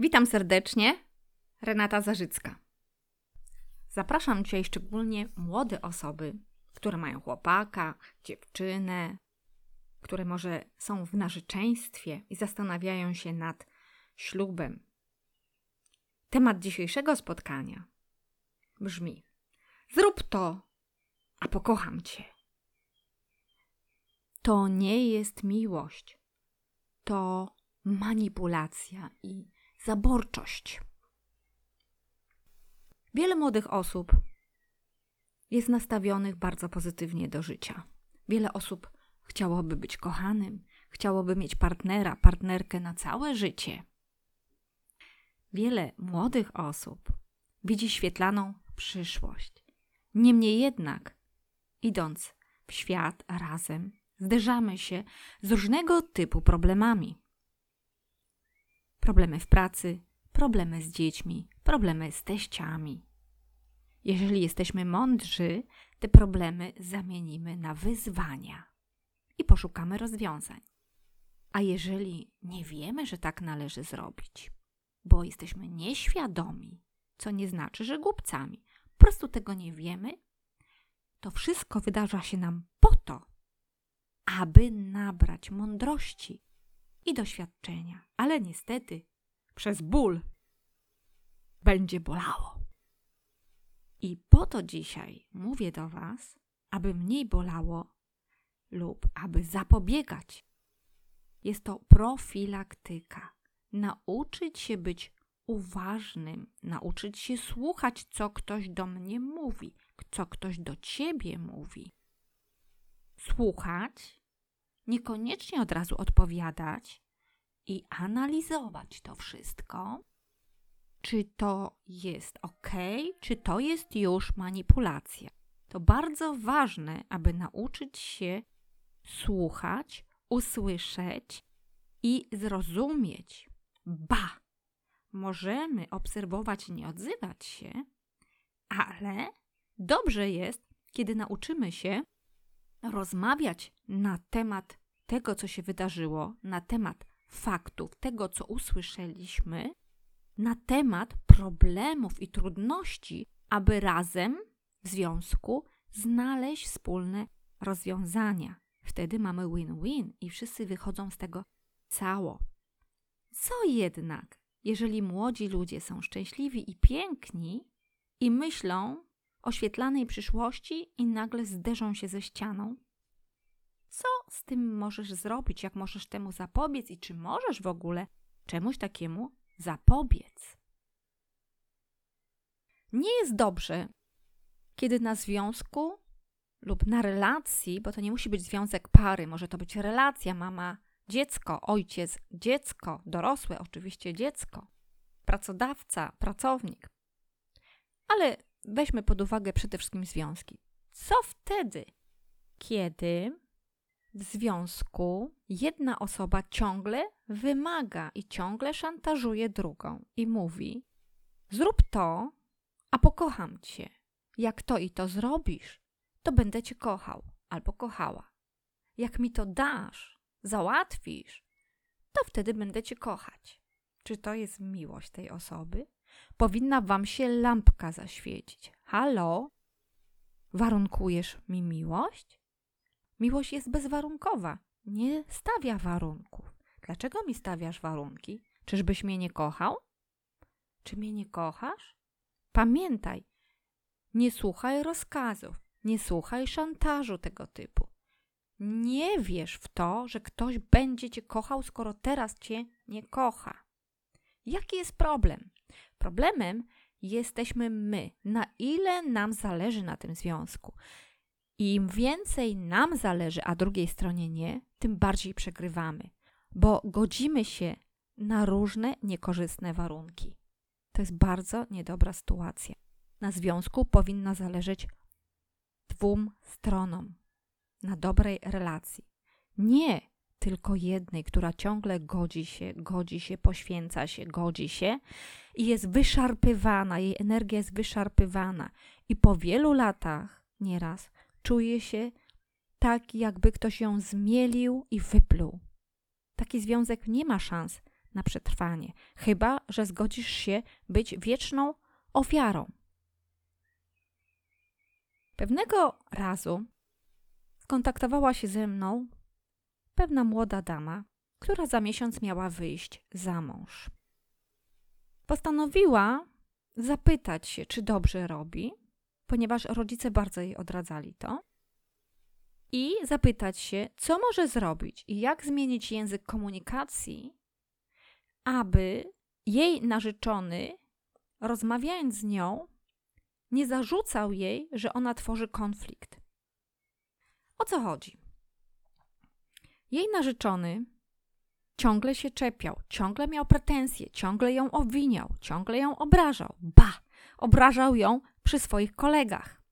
Witam serdecznie, Renata Zarzycka. Zapraszam dzisiaj szczególnie młode osoby, które mają chłopaka, dziewczynę, które może są w narzeczeństwie i zastanawiają się nad ślubem. Temat dzisiejszego spotkania brzmi: zrób to, a pokocham Cię. To nie jest miłość, to manipulacja i zaborczość. Wiele młodych osób jest nastawionych bardzo pozytywnie do życia. Wiele osób chciałoby być kochanym, chciałoby mieć partnera, partnerkę na całe życie. Wiele młodych osób widzi świetlaną przyszłość. Niemniej jednak, idąc w świat razem, zderzamy się z różnego typu problemami. Problemy w pracy, problemy z dziećmi, problemy z teściami. Jeżeli jesteśmy mądrzy, te problemy zamienimy na wyzwania i poszukamy rozwiązań. A jeżeli nie wiemy, że tak należy zrobić, bo jesteśmy nieświadomi, co nie znaczy, że głupcami, po prostu tego nie wiemy, to wszystko wydarza się nam po to, aby nabrać mądrości i doświadczenia. Ale niestety przez ból będzie bolało. I po to dzisiaj mówię do Was, aby mniej bolało lub aby zapobiegać. Jest to profilaktyka. Nauczyć się być uważnym, nauczyć się słuchać, co ktoś do mnie mówi, co ktoś do Ciebie mówi. Słuchać, niekoniecznie od razu odpowiadać i analizować to wszystko. Czy to jest ok, czy to jest już manipulacja. To bardzo ważne, aby nauczyć się słuchać, usłyszeć i zrozumieć. Możemy obserwować i nie odzywać się, ale dobrze jest, kiedy nauczymy się rozmawiać na temat tego, co się wydarzyło, na temat faktów, tego, co usłyszeliśmy, na temat problemów i trudności, aby razem w związku znaleźć wspólne rozwiązania. Wtedy mamy win-win i wszyscy wychodzą z tego cało. Co jednak, jeżeli młodzi ludzie są szczęśliwi i piękni i myślą o świetlanej przyszłości i nagle zderzą się ze ścianą? Co z tym możesz zrobić? Jak możesz temu zapobiec i czy możesz w ogóle czemuś takiemu zapobiec? Nie jest dobrze, kiedy na związku lub na relacji, bo to nie musi być związek pary, może to być relacja mama, dziecko, ojciec, dziecko, dorosłe oczywiście dziecko, pracodawca, pracownik. Ale weźmy pod uwagę przede wszystkim związki. Co wtedy, kiedy w związku jedna osoba ciągle wymaga i ciągle szantażuje drugą i mówi: zrób to, a pokocham Cię. Jak to i to zrobisz, to będę Cię kochał albo kochała. Jak mi to dasz, załatwisz, to wtedy będę Cię kochać. Czy to jest miłość tej osoby? Powinna Wam się lampka zaświecić. Halo? Warunkujesz mi miłość? Miłość jest bezwarunkowa. Nie stawia warunków. Dlaczego mi stawiasz warunki? Czyżbyś mnie nie kochał? Czy mnie nie kochasz? Pamiętaj, nie słuchaj rozkazów, nie słuchaj szantażu tego typu. Nie wierz w to, że ktoś będzie Cię kochał, skoro teraz Cię nie kocha. Jaki jest problem? Problemem jesteśmy my, na ile nam zależy na tym związku. Im więcej nam zależy, a drugiej stronie nie, tym bardziej przegrywamy, bo godzimy się na różne niekorzystne warunki. To jest bardzo niedobra sytuacja. Na związku powinno zależeć dwóm stronom, na dobrej relacji. Nie tylko jednej, która ciągle godzi się, poświęca się, godzi się i jest wyszarpywana, jej energia jest wyszarpywana i po wielu latach nieraz czuje się tak, jakby ktoś ją zmielił i wypluł. Taki związek nie ma szans na przetrwanie, chyba że zgodzisz się być wieczną ofiarą. Pewnego razu skontaktowała się ze mną pewna młoda dama, która za miesiąc miała wyjść za mąż. Postanowiła zapytać się, czy dobrze robi, ponieważ rodzice bardzo jej odradzali to, i zapytać się, co może zrobić i jak zmienić język komunikacji, aby jej narzeczony, rozmawiając z nią, nie zarzucał jej, że ona tworzy konflikt. O co chodzi? Jej narzeczony ciągle się czepiał, ciągle miał pretensje, ciągle ją obwiniał, ciągle ją obrażał. Obrażał ją przy swoich kolegach.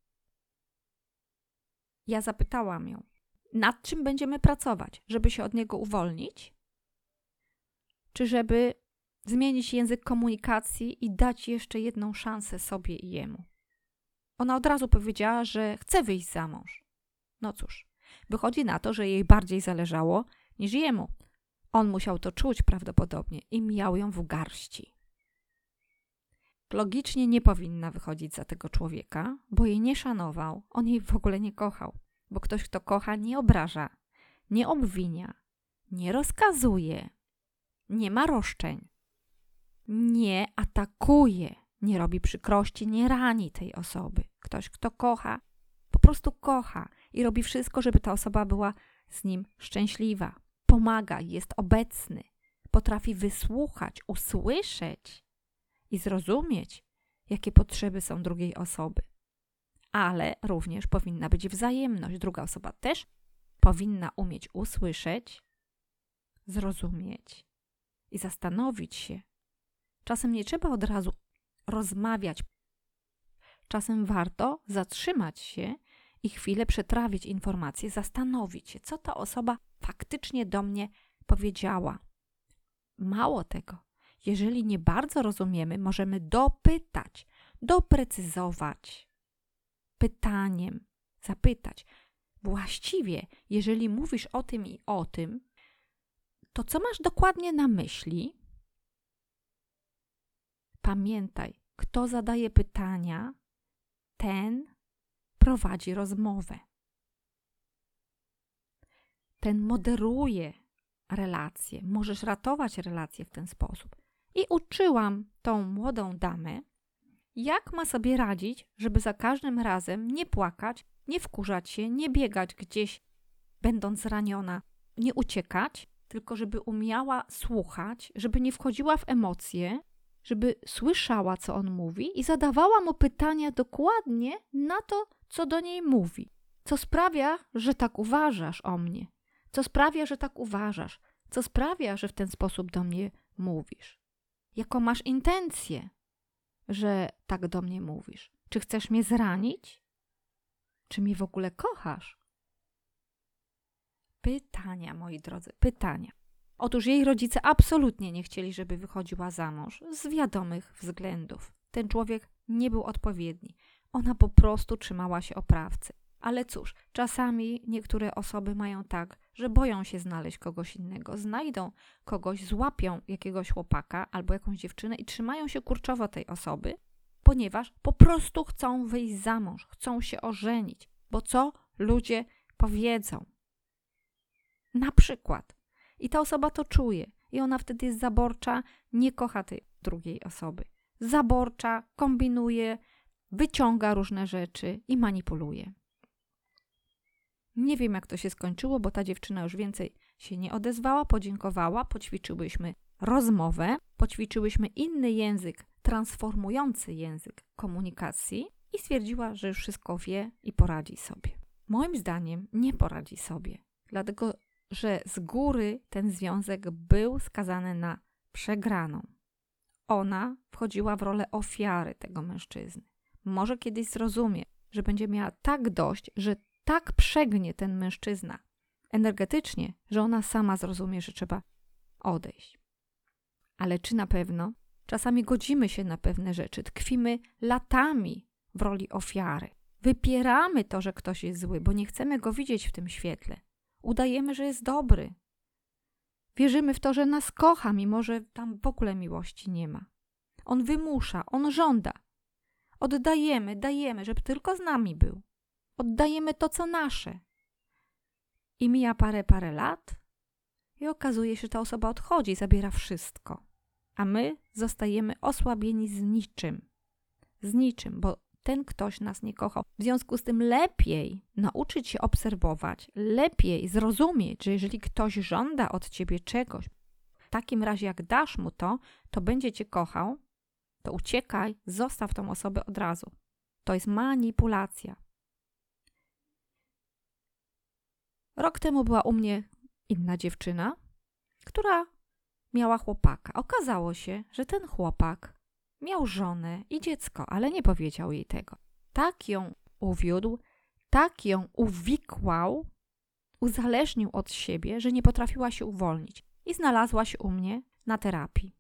Ja zapytałam ją, nad czym będziemy pracować, żeby się od niego uwolnić? Czy żeby zmienić język komunikacji i dać jeszcze jedną szansę sobie i jemu? Ona od razu powiedziała, że chce wyjść za mąż. No cóż, wychodzi na to, że jej bardziej zależało niż jemu. On musiał to czuć prawdopodobnie i miał ją w garści. Logicznie nie powinna wychodzić za tego człowieka, bo jej nie szanował, on jej w ogóle nie kochał. Bo ktoś, kto kocha, nie obraża, nie obwinia, nie rozkazuje, nie ma roszczeń, nie atakuje, nie robi przykrości, nie rani tej osoby. Ktoś, kto kocha, po prostu kocha i robi wszystko, żeby ta osoba była z nim szczęśliwa. Pomaga, jest obecny, potrafi wysłuchać, usłyszeć i zrozumieć, jakie potrzeby są drugiej osoby. Ale również powinna być wzajemność. Druga osoba też powinna umieć usłyszeć, zrozumieć i zastanowić się. Czasem nie trzeba od razu rozmawiać. Czasem warto zatrzymać się i chwilę przetrawić informacje, zastanowić się, co ta osoba faktycznie do mnie powiedziała. Mało tego, jeżeli nie bardzo rozumiemy, możemy dopytać, doprecyzować, pytaniem zapytać. Właściwie, jeżeli mówisz o tym i o tym, to co masz dokładnie na myśli? Pamiętaj, kto zadaje pytania, ten prowadzi rozmowę. Ten moderuje relacje. Możesz ratować relacje w ten sposób. I uczyłam tą młodą damę, jak ma sobie radzić, żeby za każdym razem nie płakać, nie wkurzać się, nie biegać gdzieś, będąc raniona, nie uciekać, tylko żeby umiała słuchać, żeby nie wchodziła w emocje, żeby słyszała, co on mówi i zadawała mu pytania dokładnie na to, co do niej mówi. Co sprawia, że tak uważasz o mnie? Co sprawia, że tak uważasz? Co sprawia, że w ten sposób do mnie mówisz? Jaką masz intencję, że tak do mnie mówisz? Czy chcesz mnie zranić? Czy mnie w ogóle kochasz? Pytania, moi drodzy, pytania. Otóż jej rodzice absolutnie nie chcieli, żeby wychodziła za mąż z wiadomych względów. Ten człowiek nie był odpowiedni. Ona po prostu trzymała się oprawcy. Ale cóż, czasami niektóre osoby mają tak, że boją się znaleźć kogoś innego. Znajdą kogoś, złapią jakiegoś chłopaka albo jakąś dziewczynę i trzymają się kurczowo tej osoby, ponieważ po prostu chcą wyjść za mąż, chcą się ożenić. Bo co ludzie powiedzą? Na przykład. I ta osoba to czuje. I ona wtedy jest zaborcza, nie kocha tej drugiej osoby. Zaborcza, kombinuje, wyciąga różne rzeczy i manipuluje. Nie wiem, jak to się skończyło, bo ta dziewczyna już więcej się nie odezwała, podziękowała, poćwiczyłyśmy rozmowę, poćwiczyłyśmy inny język, transformujący język komunikacji i stwierdziła, że już wszystko wie i poradzi sobie. Moim zdaniem nie poradzi sobie, dlatego że z góry ten związek był skazany na przegraną. Ona wchodziła w rolę ofiary tego mężczyzny. Może kiedyś zrozumie, że będzie miała tak dość, że tak przegnie ten mężczyzna energetycznie, że ona sama zrozumie, że trzeba odejść. Ale czy na pewno? Czasami godzimy się na pewne rzeczy, tkwimy latami w roli ofiary. Wypieramy to, że ktoś jest zły, bo nie chcemy go widzieć w tym świetle. Udajemy, że jest dobry. Wierzymy w to, że nas kocha, mimo że tam w ogóle miłości nie ma. On wymusza, on żąda. Oddajemy, dajemy, żeby tylko z nami był. Oddajemy to, co nasze. I mija parę lat i okazuje się, że ta osoba odchodzi, zabiera wszystko. A my zostajemy osłabieni z niczym. Z niczym, bo ten ktoś nas nie kochał. W związku z tym lepiej nauczyć się obserwować, lepiej zrozumieć, że jeżeli ktoś żąda od ciebie czegoś, w takim razie jak dasz mu to będzie cię kochał, to uciekaj, zostaw tą osobę od razu. To jest manipulacja. Rok temu była u mnie inna dziewczyna, która miała chłopaka. Okazało się, że ten chłopak miał żonę i dziecko, ale nie powiedział jej tego. Tak ją uwiódł, tak ją uwikłał, uzależnił od siebie, że nie potrafiła się uwolnić i znalazła się u mnie na terapii.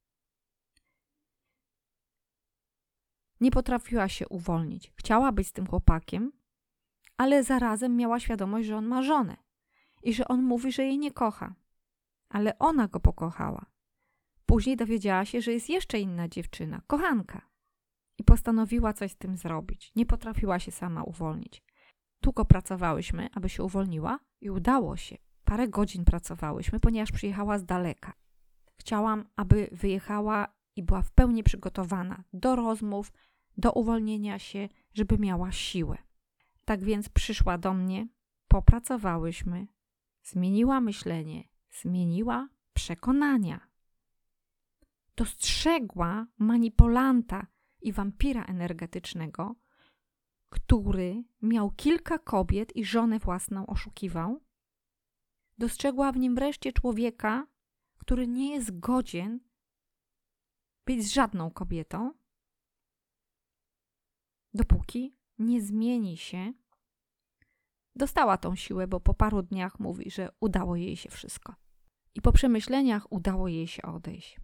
Nie potrafiła się uwolnić. Chciała być z tym chłopakiem, ale zarazem miała świadomość, że on ma żonę i że on mówi, że jej nie kocha. Ale ona go pokochała. Później dowiedziała się, że jest jeszcze inna dziewczyna, kochanka. I postanowiła coś z tym zrobić. Nie potrafiła się sama uwolnić. Długo pracowałyśmy, aby się uwolniła i udało się. Parę godzin pracowałyśmy, ponieważ przyjechała z daleka. Chciałam, aby wyjechała i była w pełni przygotowana do rozmów, do uwolnienia się, żeby miała siłę. Tak więc przyszła do mnie, popracowałyśmy, zmieniła myślenie, zmieniła przekonania. Dostrzegła manipulanta i wampira energetycznego, który miał kilka kobiet i żonę własną oszukiwał. Dostrzegła w nim wreszcie człowieka, który nie jest godzien być z żadną kobietą, dopóki nie zmieni się. Dostała tą siłę, bo po paru dniach mówi, że udało jej się wszystko. I po przemyśleniach udało jej się odejść.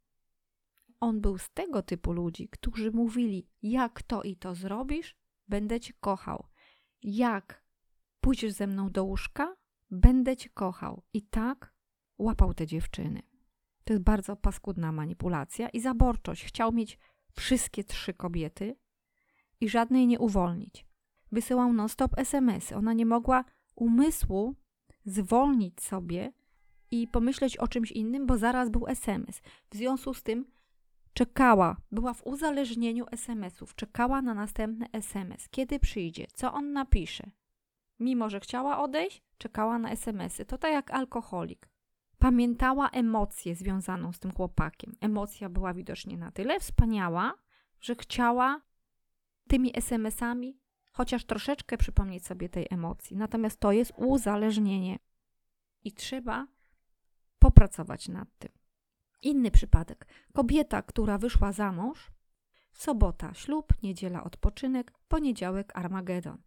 On był z tego typu ludzi, którzy mówili, jak to i to zrobisz, będę cię kochał. Jak pójdziesz ze mną do łóżka, będę cię kochał. I tak łapał te dziewczyny. To jest bardzo paskudna manipulacja i zaborczość. Chciał mieć wszystkie 3 kobiety i żadnej nie uwolnić. Wysyłał non-stop SMS-y. Ona nie mogła umysłu zwolnić sobie i pomyśleć o czymś innym, bo zaraz był SMS. W związku z tym czekała, była w uzależnieniu SMS-ów, czekała na następny SMS. Kiedy przyjdzie, co on napisze. Mimo że chciała odejść, czekała na SMS-y. To tak jak alkoholik. Pamiętała emocję związaną z tym chłopakiem. Emocja była widocznie na tyle wspaniała, że chciała tymi SMS-ami chociaż troszeczkę przypomnieć sobie tej emocji. Natomiast to jest uzależnienie i trzeba popracować nad tym. Inny przypadek. Kobieta, która wyszła za mąż, sobota ślub, niedziela odpoczynek, poniedziałek Armagedon.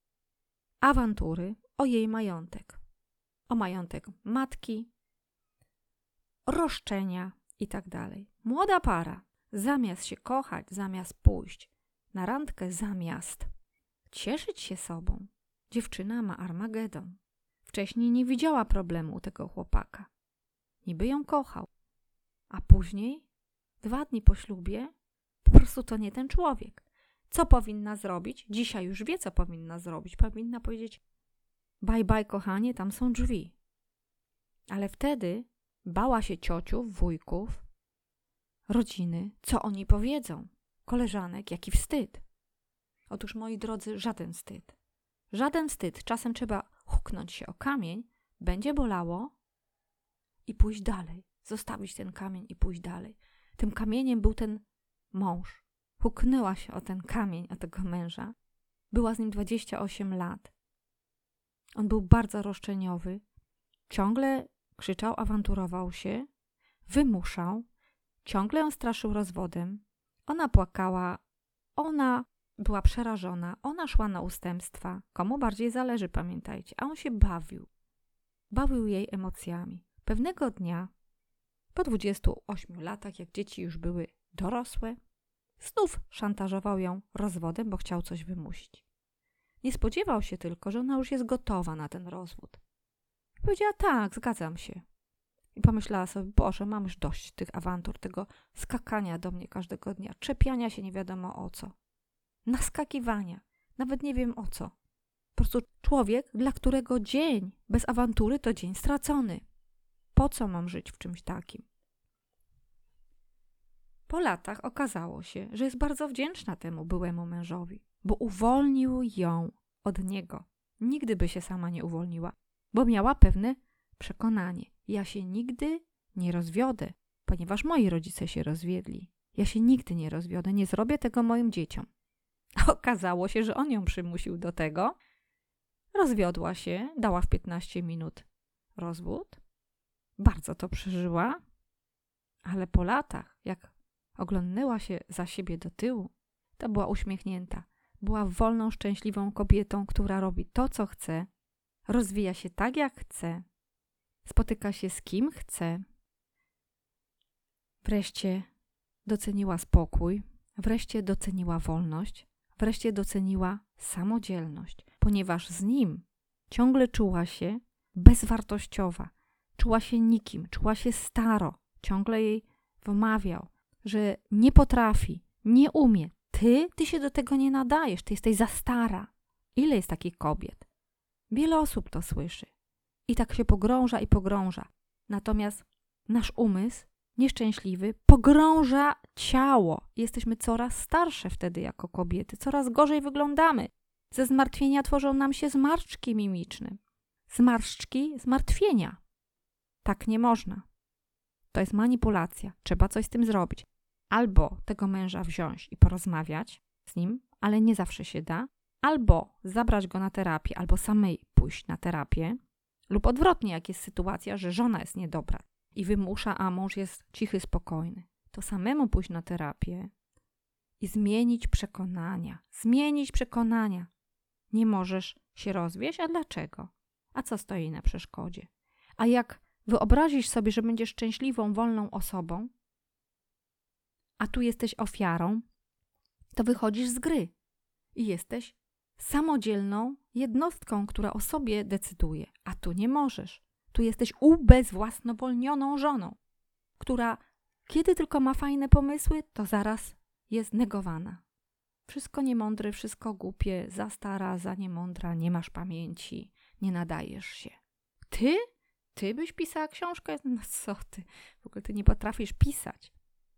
Awantury o jej majątek. O majątek matki, roszczenia i tak dalej. Młoda para, zamiast się kochać, zamiast pójść na randkę, zamiast cieszyć się sobą, dziewczyna ma Armagedon. Wcześniej nie widziała problemu u tego chłopaka. Niby ją kochał. A później, 2 dni po ślubie, po prostu to nie ten człowiek. Co powinna zrobić? Dzisiaj już wie, co powinna zrobić. Powinna powiedzieć, bye bye kochanie, tam są drzwi. Ale wtedy bała się ciociów, wujków, rodziny, co oni powiedzą. Koleżanek, jaki wstyd. Otóż, moi drodzy, żaden wstyd. Żaden wstyd. Czasem trzeba huknąć się o kamień, będzie bolało i pójść dalej. Zostawić ten kamień i pójść dalej. Tym kamieniem był ten mąż. Huknęła się o ten kamień, o tego męża. Była z nim 28 lat. On był bardzo roszczeniowy. Ciągle krzyczał, awanturował się, wymuszał. Ciągle ją straszył rozwodem. Ona płakała. Ona była przerażona. Ona szła na ustępstwa. Komu bardziej zależy, pamiętajcie. A on się bawił. Bawił jej emocjami. Pewnego dnia, po 28 latach, jak dzieci już były dorosłe, znów szantażował ją rozwodem, bo chciał coś wymusić. Nie spodziewał się tylko, że ona już jest gotowa na ten rozwód. Powiedziała, tak, zgadzam się. I pomyślała sobie, Boże, mam już dość tych awantur, tego skakania do mnie każdego dnia, czepiania się nie wiadomo o co, naskakiwania, nawet nie wiem o co. Po prostu człowiek, dla którego dzień bez awantury to dzień stracony. Po co mam żyć w czymś takim? Po latach okazało się, że jest bardzo wdzięczna temu byłemu mężowi, bo uwolnił ją od niego. Nigdy by się sama nie uwolniła, bo miała pewne przekonanie. Ja się nigdy nie rozwiodę, ponieważ moi rodzice się rozwiedli. Ja się nigdy nie rozwiodę, nie zrobię tego moim dzieciom. A okazało się, że on ją przymusił do tego. Rozwiodła się, dała w 15 minut rozwód. Bardzo to przeżyła, ale po latach, jak oglądnęła się za siebie do tyłu, to była uśmiechnięta. Była wolną, szczęśliwą kobietą, która robi to, co chce, rozwija się tak, jak chce, spotyka się z kim chce. Wreszcie doceniła spokój, wreszcie doceniła wolność, wreszcie doceniła samodzielność, ponieważ z nim ciągle czuła się bezwartościowa, czuła się nikim, czuła się staro. Ciągle jej wmawiał, że nie potrafi, nie umie. Ty się do tego nie nadajesz, ty jesteś za stara. Ile jest takich kobiet? Wiele osób to słyszy. I tak się pogrąża i pogrąża. Natomiast nasz umysł, nieszczęśliwy, pogrąża ciało. Jesteśmy coraz starsze wtedy jako kobiety, coraz gorzej wyglądamy. Ze zmartwienia tworzą nam się zmarszczki mimiczne. Zmarszczki zmartwienia. Tak nie można. To jest manipulacja. Trzeba coś z tym zrobić. Albo tego męża wziąć i porozmawiać z nim, ale nie zawsze się da. Albo zabrać go na terapię, albo samej pójść na terapię. Lub odwrotnie, jak jest sytuacja, że żona jest niedobra i wymusza, a mąż jest cichy, spokojny. To samemu pójść na terapię i zmienić przekonania. Zmienić przekonania. Nie możesz się rozwieść, a dlaczego? A co stoi na przeszkodzie? A jak wyobrazisz sobie, że będziesz szczęśliwą, wolną osobą, a tu jesteś ofiarą, to wychodzisz z gry i jesteś samodzielną jednostką, która o sobie decyduje, a tu nie możesz. Tu jesteś ubezwłasnowolnioną żoną, która kiedy tylko ma fajne pomysły, to zaraz jest negowana. Wszystko niemądre, wszystko głupie, za stara, za niemądra, nie masz pamięci, nie nadajesz się. Ty byś pisała książkę? No co ty? W ogóle ty nie potrafisz pisać.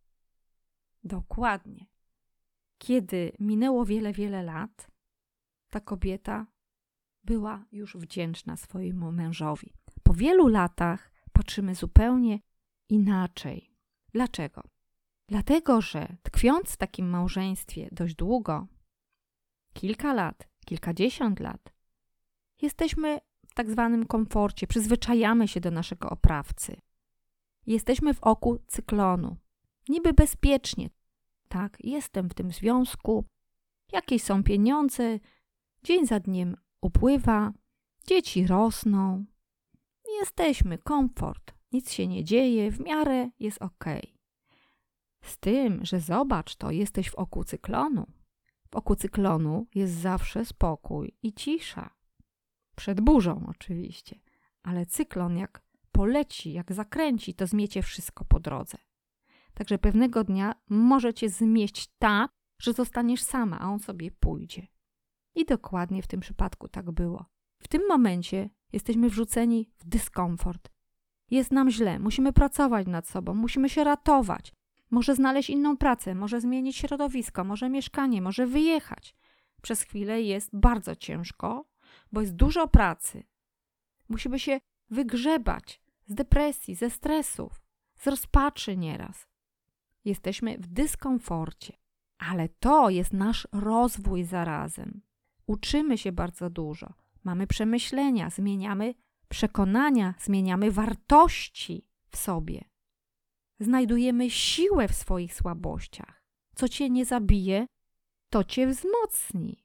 Dokładnie. Kiedy minęło wiele, wiele lat, ta kobieta była już wdzięczna swojemu mężowi. Po wielu latach patrzymy zupełnie inaczej. Dlaczego? Dlatego, że tkwiąc w takim małżeństwie dość długo, kilka lat, kilkadziesiąt lat, jesteśmy w tak zwanym komforcie, przyzwyczajamy się do naszego oprawcy. Jesteśmy w oku cyklonu. Niby bezpiecznie. Tak, jestem w tym związku, jakieś są pieniądze, dzień za dniem upływa, dzieci rosną. Jesteśmy, komfort, nic się nie dzieje, w miarę jest okej. Z tym, że zobacz to, jesteś w oku cyklonu. W oku cyklonu jest zawsze spokój i cisza. Przed burzą oczywiście, ale cyklon jak poleci, jak zakręci, to zmiecie wszystko po drodze. Także pewnego dnia może cię zmieść tak, że zostaniesz sama, a on sobie pójdzie. I dokładnie w tym przypadku tak było. W tym momencie jesteśmy wrzuceni w dyskomfort. Jest nam źle, musimy pracować nad sobą, musimy się ratować. Może znaleźć inną pracę, może zmienić środowisko, może mieszkanie, może wyjechać. Przez chwilę jest bardzo ciężko, bo jest dużo pracy. Musimy się wygrzebać z depresji, ze stresów, z rozpaczy nieraz. Jesteśmy w dyskomforcie, ale to jest nasz rozwój zarazem. Uczymy się bardzo dużo, mamy przemyślenia, zmieniamy przekonania, zmieniamy wartości w sobie. Znajdujemy siłę w swoich słabościach. Co cię nie zabije, to cię wzmocni.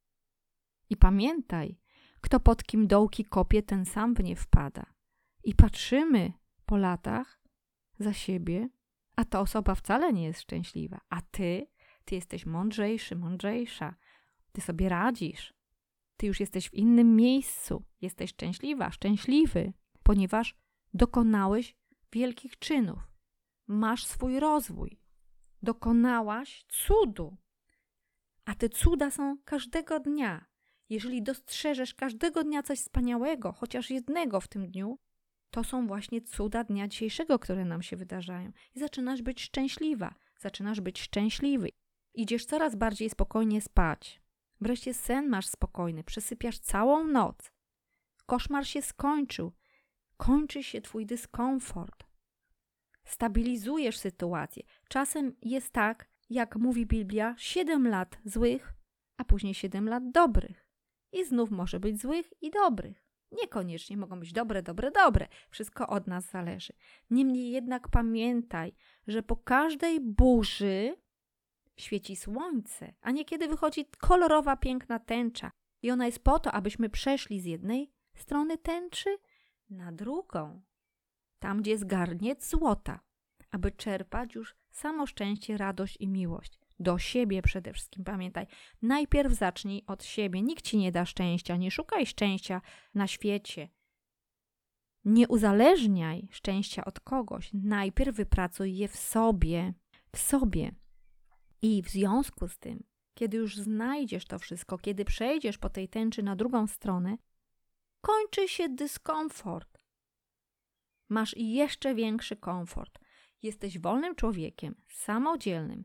I pamiętaj, kto pod kim dołki kopie, ten sam w nie wpada. I patrzymy po latach za siebie, a ta osoba wcale nie jest szczęśliwa. A ty jesteś mądrzejszy, mądrzejsza. Ty sobie radzisz. Ty już jesteś w innym miejscu. Jesteś szczęśliwa, szczęśliwy, ponieważ dokonałeś wielkich czynów. Masz swój rozwój. Dokonałaś cudu. A te cuda są każdego dnia. Jeżeli dostrzeżesz każdego dnia coś wspaniałego, chociaż jednego w tym dniu, to są właśnie cuda dnia dzisiejszego, które nam się wydarzają. I zaczynasz być szczęśliwa, zaczynasz być szczęśliwy. Idziesz coraz bardziej spokojnie spać. Wreszcie sen masz spokojny, przesypiasz całą noc. Koszmar się skończył. Kończy się twój dyskomfort. Stabilizujesz sytuację. Czasem jest tak, jak mówi Biblia, 7 lat złych, a później 7 lat dobrych. I znów może być złych i dobrych. Niekoniecznie mogą być dobre. Wszystko od nas zależy. Niemniej jednak pamiętaj, że po każdej burzy świeci słońce, a niekiedy wychodzi kolorowa, piękna tęcza. I ona jest po to, abyśmy przeszli z jednej strony tęczy na drugą. Tam, gdzie jest garniec złota, aby czerpać już samo szczęście, radość i miłość. Do siebie przede wszystkim, pamiętaj. Najpierw zacznij od siebie. Nikt ci nie da szczęścia. Nie szukaj szczęścia na świecie. Nie uzależniaj szczęścia od kogoś. Najpierw wypracuj je w sobie. I w związku z tym, kiedy już znajdziesz to wszystko, kiedy przejdziesz po tej tęczy na drugą stronę, kończy się dyskomfort. Masz jeszcze większy komfort. Jesteś wolnym człowiekiem, samodzielnym.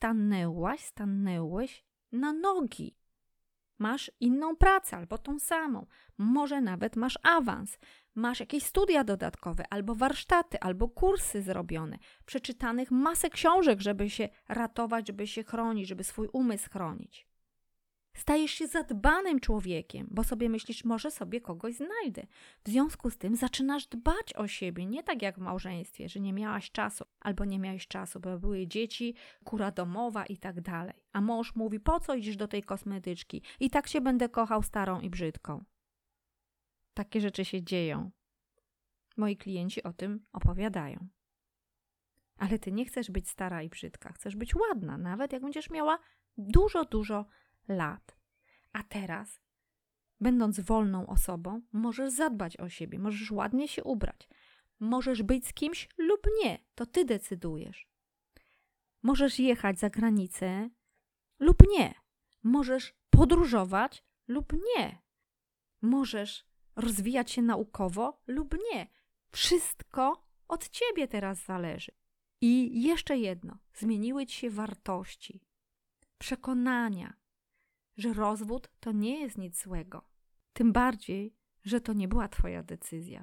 Stanęłeś na nogi. Masz inną pracę albo tą samą. Może nawet masz awans. Masz jakieś studia dodatkowe, albo warsztaty, albo kursy zrobione. Przeczytanych masę książek, żeby się ratować, żeby się chronić, żeby swój umysł chronić. Stajesz się zadbanym człowiekiem, bo sobie myślisz, może sobie kogoś znajdę. W związku z tym zaczynasz dbać o siebie, nie tak jak w małżeństwie, że nie miałaś czasu albo nie miałeś czasu, bo były dzieci, kura domowa i tak dalej. A mąż mówi, po co idziesz do tej kosmetyczki? I tak się będę kochał starą i brzydką. Takie rzeczy się dzieją. Moi klienci o tym opowiadają. Ale ty nie chcesz być stara i brzydka, chcesz być ładna, nawet jak będziesz miała dużo lat. A teraz, będąc wolną osobą, możesz zadbać o siebie, możesz ładnie się ubrać, możesz być z kimś lub nie, to ty decydujesz. Możesz jechać za granicę lub nie, możesz podróżować lub nie, możesz rozwijać się naukowo lub nie. Wszystko od ciebie teraz zależy. I jeszcze jedno, zmieniły ci się wartości, przekonania, że rozwód to nie jest nic złego. Tym bardziej, że to nie była twoja decyzja.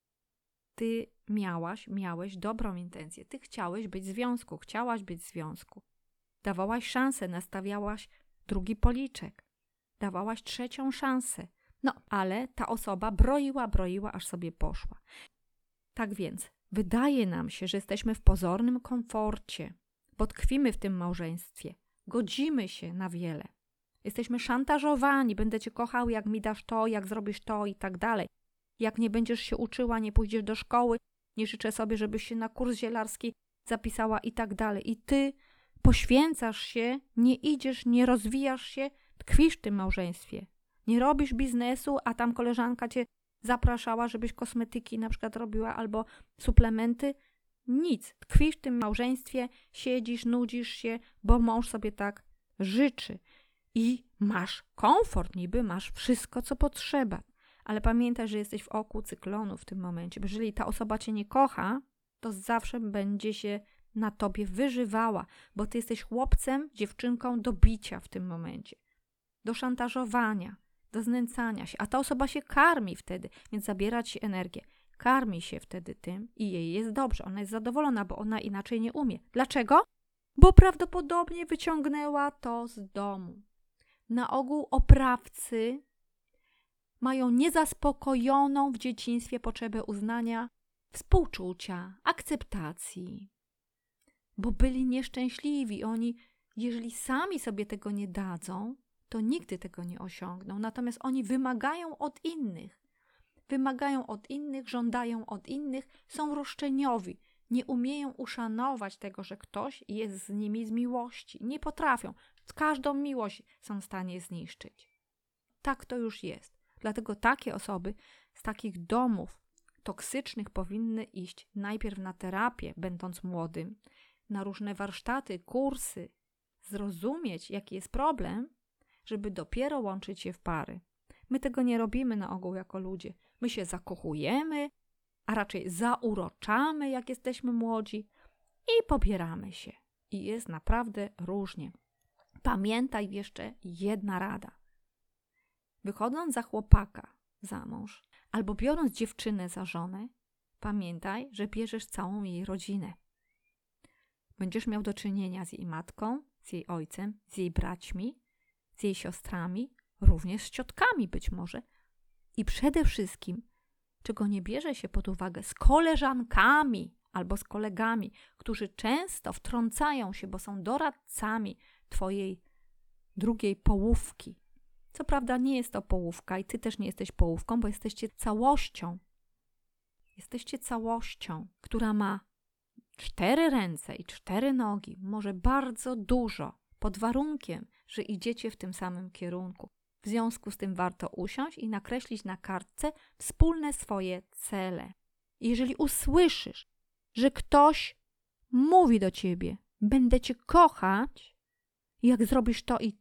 Ty miałeś dobrą intencję. Ty chciałaś być w związku. Dawałaś szansę, nastawiałaś drugi policzek. Dawałaś trzecią szansę. No, ale ta osoba broiła, aż sobie poszła. Tak więc, wydaje nam się, że jesteśmy w pozornym komforcie, bo tkwimy w tym małżeństwie. Godzimy się na wiele. Jesteśmy szantażowani, będę cię kochał, jak mi dasz to, jak zrobisz to i tak dalej. Jak nie będziesz się uczyła, nie pójdziesz do szkoły, nie życzę sobie, żebyś się na kurs zielarski zapisała i tak dalej. I ty poświęcasz się, nie idziesz, nie rozwijasz się, tkwisz w tym małżeństwie. Nie robisz biznesu, a tam koleżanka cię zapraszała, żebyś kosmetyki na przykład robiła albo suplementy. Nic. Tkwisz w tym małżeństwie, siedzisz, nudzisz się, bo mąż sobie tak życzy. I masz komfort, niby masz wszystko, co potrzeba. Ale pamiętaj, że jesteś w oku cyklonu w tym momencie. Bo jeżeli ta osoba cię nie kocha, to zawsze będzie się na tobie wyżywała, bo ty jesteś chłopcem, dziewczynką do bicia w tym momencie. Do szantażowania, do znęcania się. A ta osoba się karmi wtedy, więc zabiera ci energię. Karmi się wtedy tym i jej jest dobrze. Ona jest zadowolona, bo ona inaczej nie umie. Dlaczego? Bo prawdopodobnie wyciągnęła to z domu. Na ogół oprawcy mają niezaspokojoną w dzieciństwie potrzebę uznania, współczucia, akceptacji. Bo byli nieszczęśliwi. Oni, jeżeli sami sobie tego nie dadzą, to nigdy tego nie osiągną. Natomiast oni wymagają od innych. Żądają od innych, są roszczeniowi. Nie umieją uszanować tego, że ktoś jest z nimi z miłości. Nie potrafią. Każdą miłość są w stanie zniszczyć. Tak to już jest. Dlatego takie osoby z takich domów toksycznych powinny iść najpierw na terapię, będąc młodym, na różne warsztaty, kursy, zrozumieć, jaki jest problem, żeby dopiero łączyć się w pary. My tego nie robimy na ogół jako ludzie. My się zakochujemy, a raczej zauroczamy, jak jesteśmy młodzi i pobieramy się. I jest naprawdę różnie. Pamiętaj jeszcze jedna rada. Wychodząc za chłopaka, za mąż, albo biorąc dziewczynę za żonę, pamiętaj, że bierzesz całą jej rodzinę. Będziesz miał do czynienia z jej matką, z jej ojcem, z jej braćmi, z jej siostrami, również z ciotkami być może. I przede wszystkim, czego nie bierze się pod uwagę, z koleżankami albo z kolegami, którzy często wtrącają się, bo są doradcami twojej drugiej połówki. Co prawda nie jest to połówka i ty też nie jesteś połówką, bo jesteście całością. Jesteście całością, która ma 4 ręce i 4 nogi, może bardzo dużo, pod warunkiem, że idziecie w tym samym kierunku. W związku z tym warto usiąść i nakreślić na kartce wspólne swoje cele. Jeżeli usłyszysz, że ktoś mówi do ciebie, będę cię kochać, jak zrobisz to i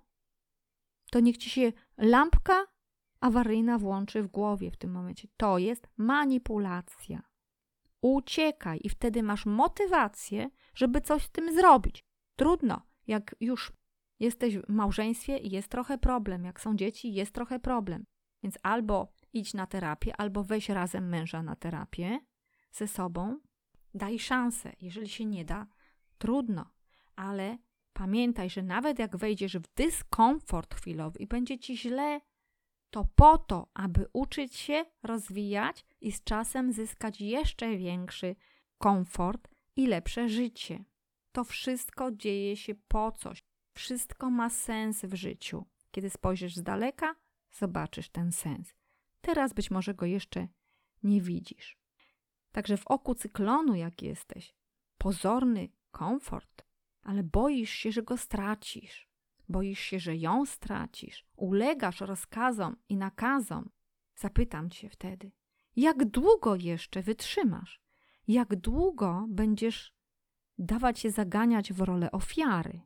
to niech ci się lampka awaryjna włączy w głowie w tym momencie. To jest manipulacja. Uciekaj i wtedy masz motywację, żeby coś z tym zrobić. Trudno, jak już jesteś w małżeństwie i jest trochę problem, jak są dzieci jest trochę problem. Więc albo idź na terapię, albo weź razem męża na terapię ze sobą. Daj szansę. Jeżeli się nie da, trudno. Ale pamiętaj, że nawet jak wejdziesz w dyskomfort chwilowy i będzie ci źle, to po to, aby uczyć się, rozwijać i z czasem zyskać jeszcze większy komfort i lepsze życie. To wszystko dzieje się po coś. Wszystko ma sens w życiu. Kiedy spojrzysz z daleka, zobaczysz ten sens. Teraz być może go jeszcze nie widzisz. Także w oku cyklonu, jak jesteś, pozorny komfort, ale boisz się, że go stracisz. Boisz się, że ją stracisz. Ulegasz rozkazom i nakazom. Zapytam cię wtedy, jak długo jeszcze wytrzymasz? Jak długo będziesz dawać się zaganiać w rolę ofiary?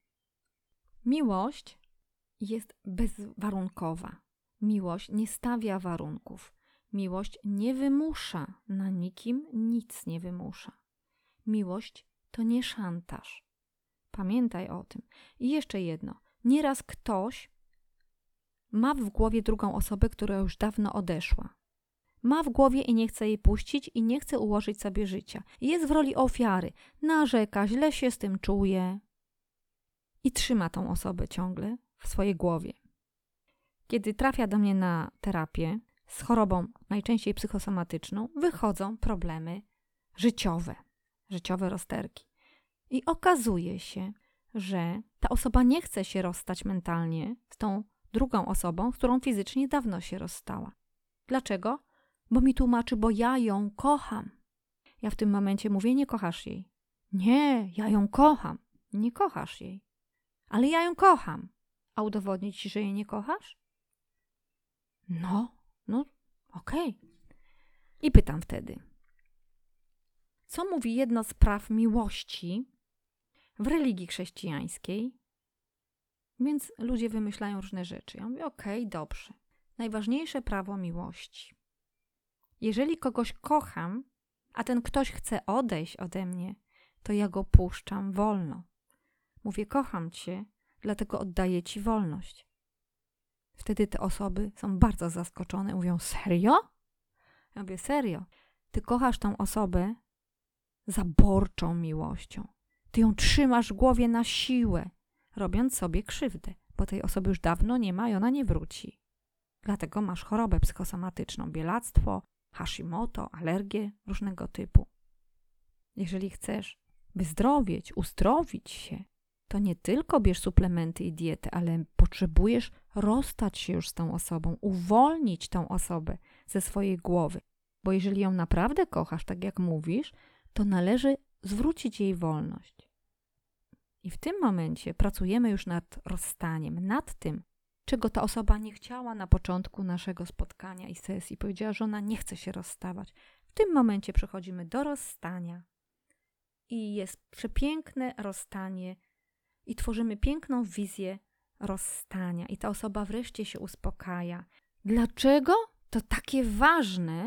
Miłość jest bezwarunkowa. Miłość nie stawia warunków. Miłość nie wymusza na nikim, nic nie wymusza. Miłość to nie szantaż. Pamiętaj o tym. I jeszcze jedno. Nieraz ktoś ma w głowie drugą osobę, która już dawno odeszła. Ma w głowie i nie chce jej puścić i nie chce ułożyć sobie życia. Jest w roli ofiary. Narzeka, źle się z tym czuje. I trzyma tą osobę ciągle w swojej głowie. Kiedy trafia do mnie na terapię z chorobą najczęściej psychosomatyczną, wychodzą problemy życiowe rozterki. I okazuje się, że ta osoba nie chce się rozstać mentalnie z tą drugą osobą, z którą fizycznie dawno się rozstała. Dlaczego? Bo mi tłumaczy, bo ja ją kocham. Ja w tym momencie mówię, nie kochasz jej. Nie, ja ją kocham. Nie kochasz jej. Ale ja ją kocham. A udowodnić ci, że jej nie kochasz? No, okej. I pytam wtedy, co mówi jedno z praw miłości w religii chrześcijańskiej? Więc ludzie wymyślają różne rzeczy. Ja mówię, okej, dobrze. Najważniejsze prawo miłości. Jeżeli kogoś kocham, a ten ktoś chce odejść ode mnie, to ja go puszczam wolno. Mówię, kocham cię, dlatego oddaję ci wolność. Wtedy te osoby są bardzo zaskoczone. Mówią, serio? Ja mówię, serio. Ty kochasz tą osobę zaborczą miłością. Ty ją trzymasz w głowie na siłę, robiąc sobie krzywdę, bo tej osoby już dawno nie ma i ona nie wróci. Dlatego masz chorobę psychosomatyczną, bielactwo, Hashimoto, alergie różnego typu. Jeżeli chcesz wyzdrowieć, uzdrowić się, to nie tylko bierz suplementy i dietę, ale potrzebujesz rozstać się już z tą osobą, uwolnić tą osobę ze swojej głowy. Bo jeżeli ją naprawdę kochasz, tak jak mówisz, to należy zwrócić jej wolność. I w tym momencie pracujemy już nad rozstaniem, nad tym, czego ta osoba nie chciała na początku naszego spotkania i sesji. Powiedziała, że ona nie chce się rozstawać. W tym momencie przechodzimy do rozstania. I jest przepiękne rozstanie i tworzymy piękną wizję rozstania. I ta osoba wreszcie się uspokaja. Dlaczego to takie ważne,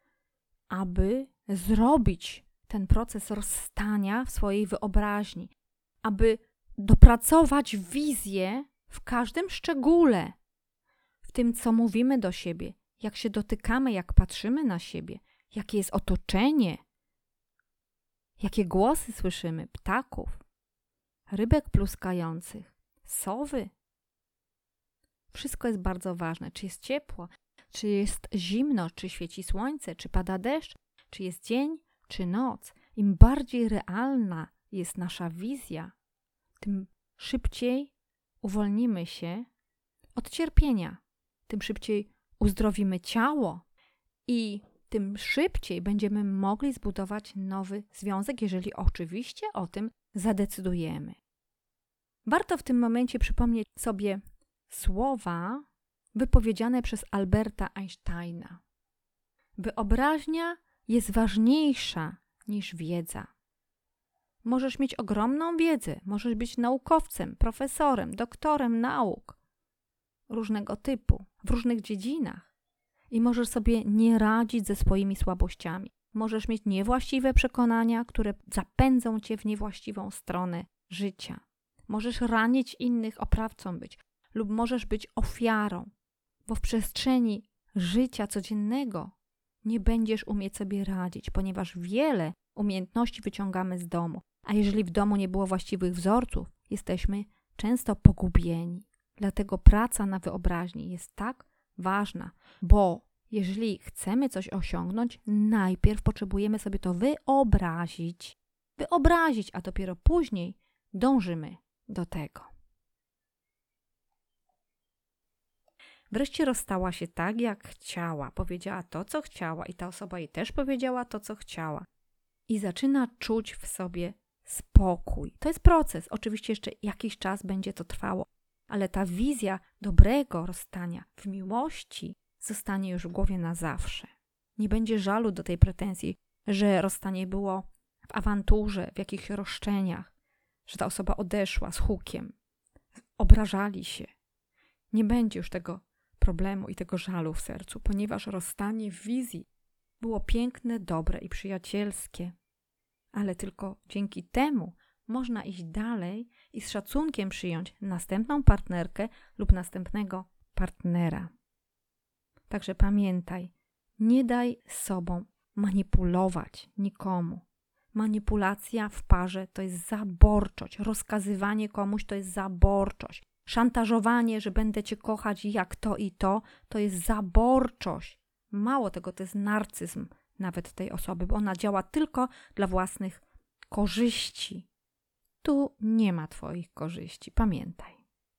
aby zrobić ten proces rozstania w swojej wyobraźni, aby dopracować wizję w każdym szczególe, w tym, co mówimy do siebie, jak się dotykamy, jak patrzymy na siebie, jakie jest otoczenie, jakie głosy słyszymy, ptaków, rybek pluskających, sowy. Wszystko jest bardzo ważne. Czy jest ciepło, czy jest zimno, czy świeci słońce, czy pada deszcz, czy jest dzień, czy noc. Im bardziej realna jest nasza wizja, tym szybciej uwolnimy się od cierpienia, tym szybciej uzdrowimy ciało i tym szybciej będziemy mogli zbudować nowy związek, jeżeli oczywiście o tym zadecydujemy. Warto w tym momencie przypomnieć sobie słowa wypowiedziane przez Alberta Einsteina. Wyobraźnia jest ważniejsza niż wiedza. Możesz mieć ogromną wiedzę, możesz być naukowcem, profesorem, doktorem nauk różnego typu, w różnych dziedzinach i możesz sobie nie radzić ze swoimi słabościami. Możesz mieć niewłaściwe przekonania, które zapędzą cię w niewłaściwą stronę życia. Możesz ranić innych, oprawcą być lub możesz być ofiarą, bo w przestrzeni życia codziennego nie będziesz umieć sobie radzić, ponieważ wiele umiejętności wyciągamy z domu, a jeżeli w domu nie było właściwych wzorców, jesteśmy często pogubieni. Dlatego praca na wyobraźni jest tak ważna, bo jeżeli chcemy coś osiągnąć, najpierw potrzebujemy sobie to wyobrazić, a dopiero później dążymy do tego. Wreszcie rozstała się tak, jak chciała. Powiedziała to, co chciała i ta osoba jej też powiedziała to, co chciała. I zaczyna czuć w sobie spokój. To jest proces. Oczywiście jeszcze jakiś czas będzie to trwało, ale ta wizja dobrego rozstania w miłości zostanie już w głowie na zawsze. Nie będzie żalu do tej pretensji, że rozstanie było w awanturze, w jakichś roszczeniach, że ta osoba odeszła z hukiem. Obrażali się. Nie będzie już tego problemu i tego żalu w sercu, ponieważ rozstanie w wizji było piękne, dobre i przyjacielskie. Ale tylko dzięki temu można iść dalej i z szacunkiem przyjąć następną partnerkę lub następnego partnera. Także pamiętaj, nie daj sobą manipulować nikomu. Manipulacja w parze to jest zaborczość. Rozkazywanie komuś to jest zaborczość. Szantażowanie, że będę cię kochać jak to i to jest zaborczość. Mało tego, to jest narcyzm nawet tej osoby, bo ona działa tylko dla własnych korzyści. Tu nie ma twoich korzyści, pamiętaj.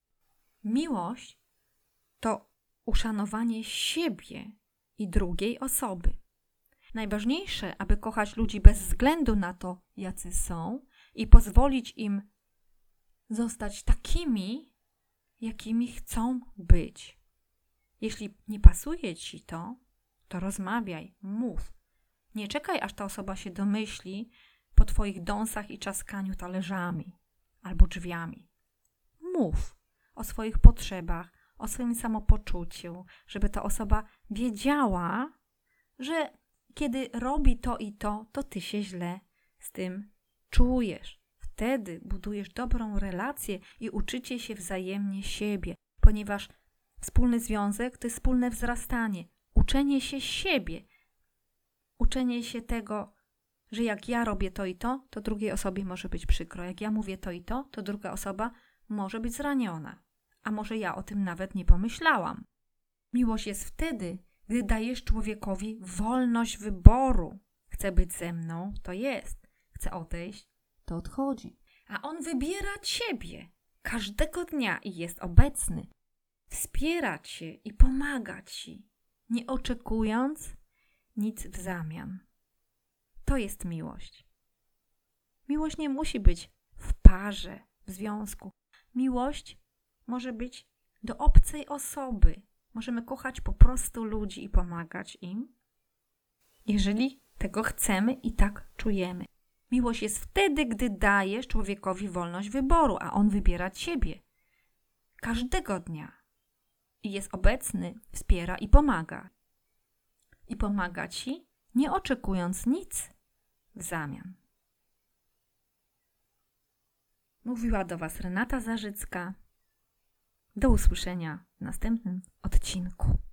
Miłość to uszanowanie siebie i drugiej osoby. Najważniejsze, aby kochać ludzi bez względu na to, jacy są i pozwolić im zostać takimi, jakimi chcą być. Jeśli nie pasuje ci to rozmawiaj, mów. Nie czekaj, aż ta osoba się domyśli po twoich dąsach i czaskaniu talerzami albo drzwiami. Mów o swoich potrzebach, o swoim samopoczuciu, żeby ta osoba wiedziała, że kiedy robi to i to ty się źle z tym czujesz. Wtedy budujesz dobrą relację i uczycie się wzajemnie siebie, ponieważ wspólny związek to jest wspólne wzrastanie, uczenie się siebie, uczenie się tego, że jak ja robię to i to drugiej osobie może być przykro. Jak ja mówię to i to druga osoba może być zraniona. A może ja o tym nawet nie pomyślałam. Miłość jest wtedy, gdy dajesz człowiekowi wolność wyboru. Chce być ze mną, to jest. Chce odejść, to odchodzi. A on wybiera ciebie każdego dnia i jest obecny. Wspiera cię i pomaga ci, nie oczekując nic w zamian. To jest miłość. Miłość nie musi być w parze, w związku. Miłość może być do obcej osoby. Możemy kochać po prostu ludzi i pomagać im, jeżeli tego chcemy i tak czujemy. Miłość jest wtedy, gdy dajesz człowiekowi wolność wyboru, a on wybiera ciebie. Każdego dnia. I jest obecny, wspiera i pomaga. I pomaga ci, nie oczekując nic w zamian. Mówiła do Was Renata Zarzycka. Do usłyszenia w następnym odcinku.